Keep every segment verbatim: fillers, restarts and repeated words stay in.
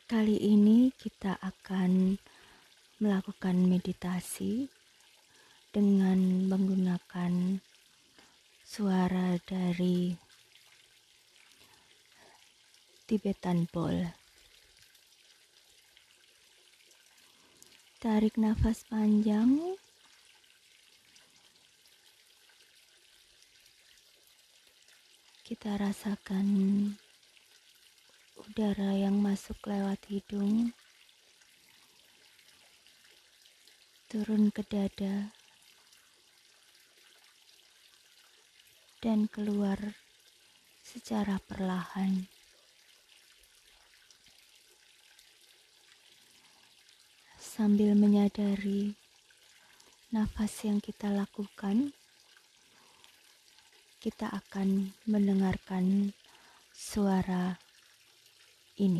Kali ini kita akan melakukan meditasi dengan menggunakan suara dari Tibetan Bowl. Tarik nafas panjang. Kita rasakan udara yang masuk lewat hidung, turun ke dada, dan keluar secara perlahan. Sambil menyadari nafas yang kita lakukan, kita akan mendengarkan suara ini.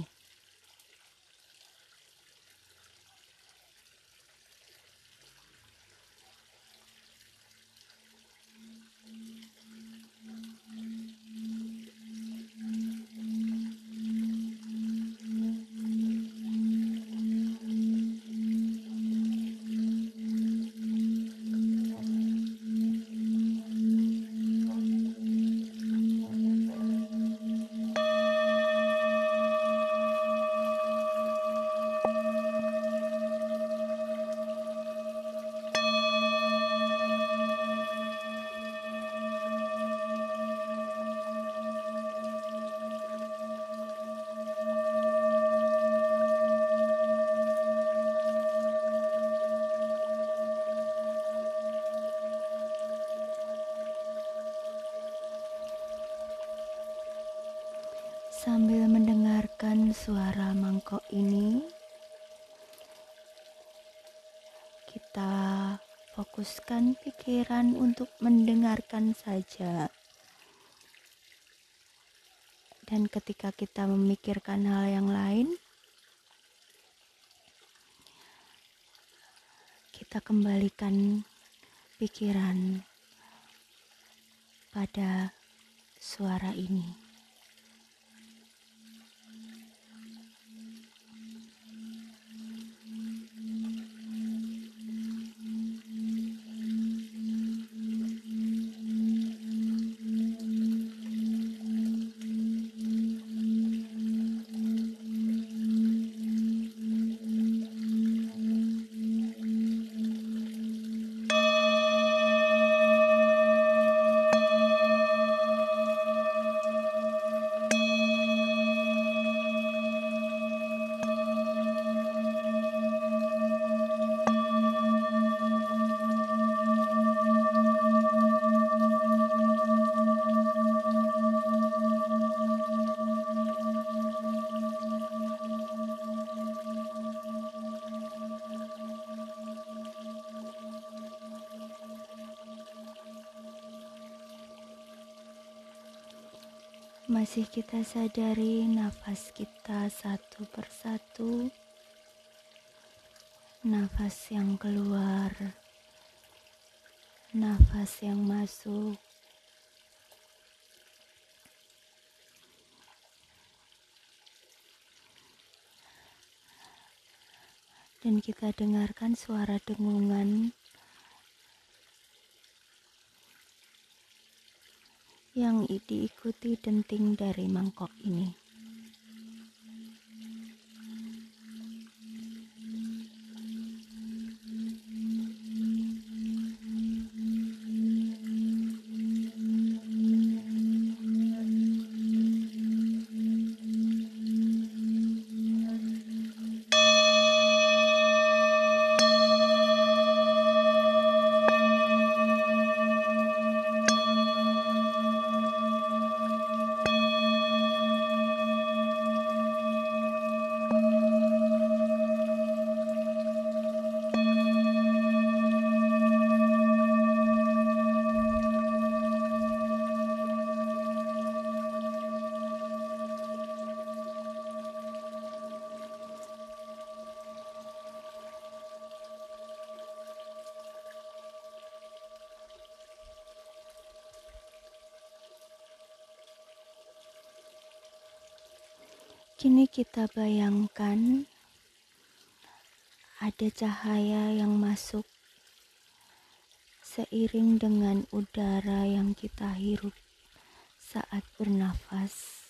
Sambil mendengarkan suara mangkok ini, kita fokuskan pikiran untuk mendengarkan saja. Dan ketika kita memikirkan hal yang lain, kita kembalikan pikiran pada suara ini. Masih kita sadari nafas kita satu persatu, nafas yang keluar, nafas yang masuk, dan kita dengarkan suara dengungan yang diikuti denting dari mangkok ini. Kini kita bayangkan ada cahaya yang masuk seiring dengan udara yang kita hirup saat bernafas.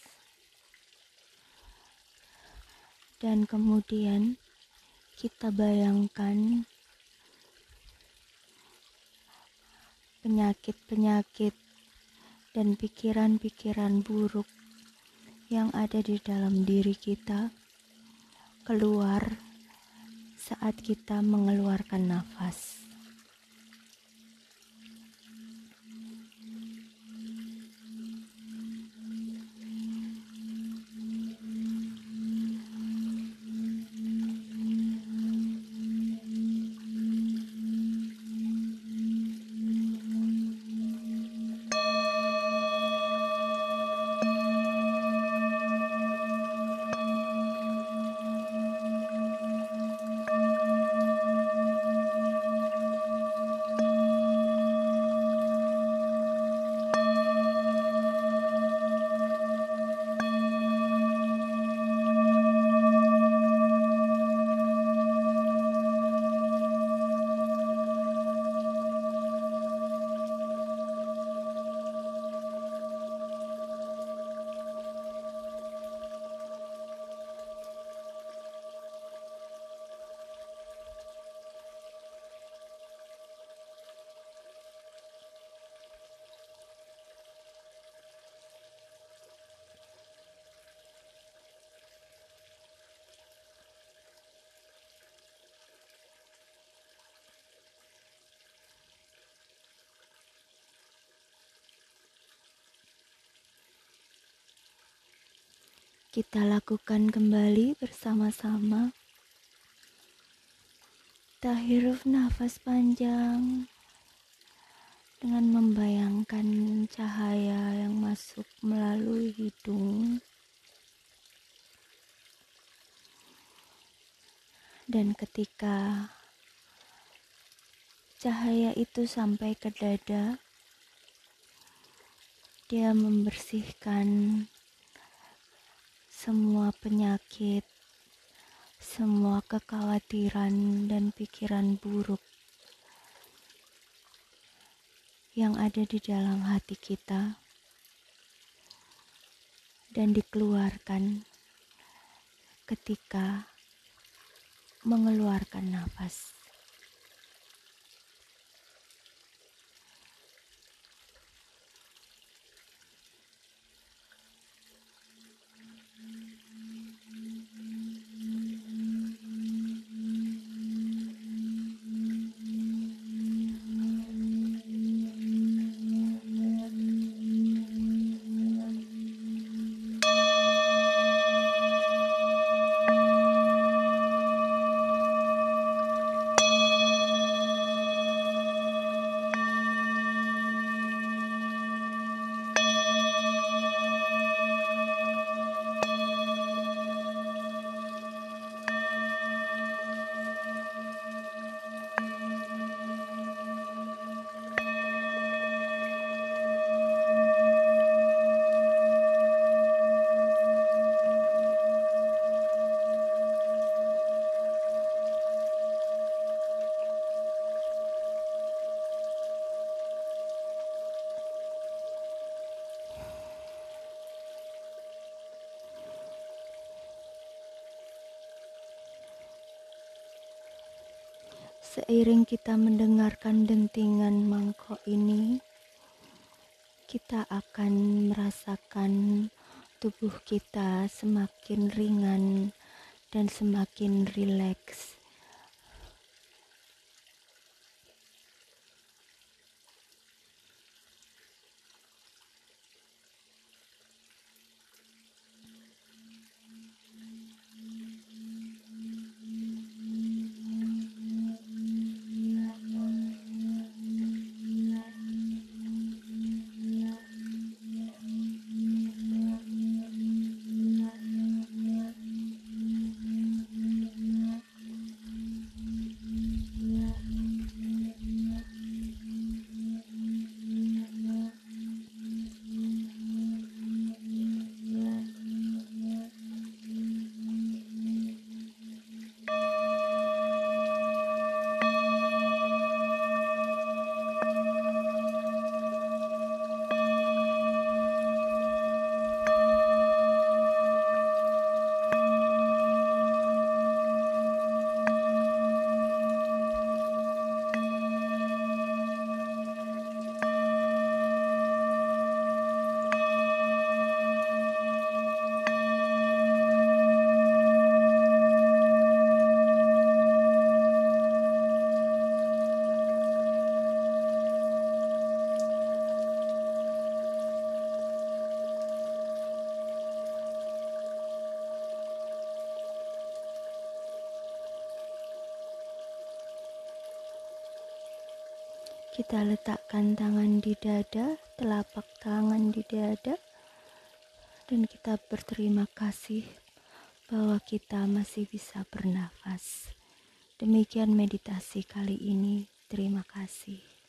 Dan kemudian kita bayangkan penyakit-penyakit dan pikiran-pikiran buruk yang ada di dalam diri kita keluar saat kita mengeluarkan nafas. Kita lakukan kembali bersama-sama. Kita hirup nafas panjang dengan membayangkan cahaya yang masuk melalui hidung. Dan ketika cahaya itu sampai ke dada, dia membersihkan semua penyakit, semua kekhawatiran dan pikiran buruk yang ada di dalam hati kita dan dikeluarkan ketika mengeluarkan nafas. Seiring kita mendengarkan dentingan mangkok ini, kita akan merasakan tubuh kita semakin ringan dan semakin rileks. Kita letakkan tangan di dada, telapak tangan di dada, dan kita berterima kasih bahwa kita masih bisa bernafas. Demikian meditasi kali ini. Terima kasih.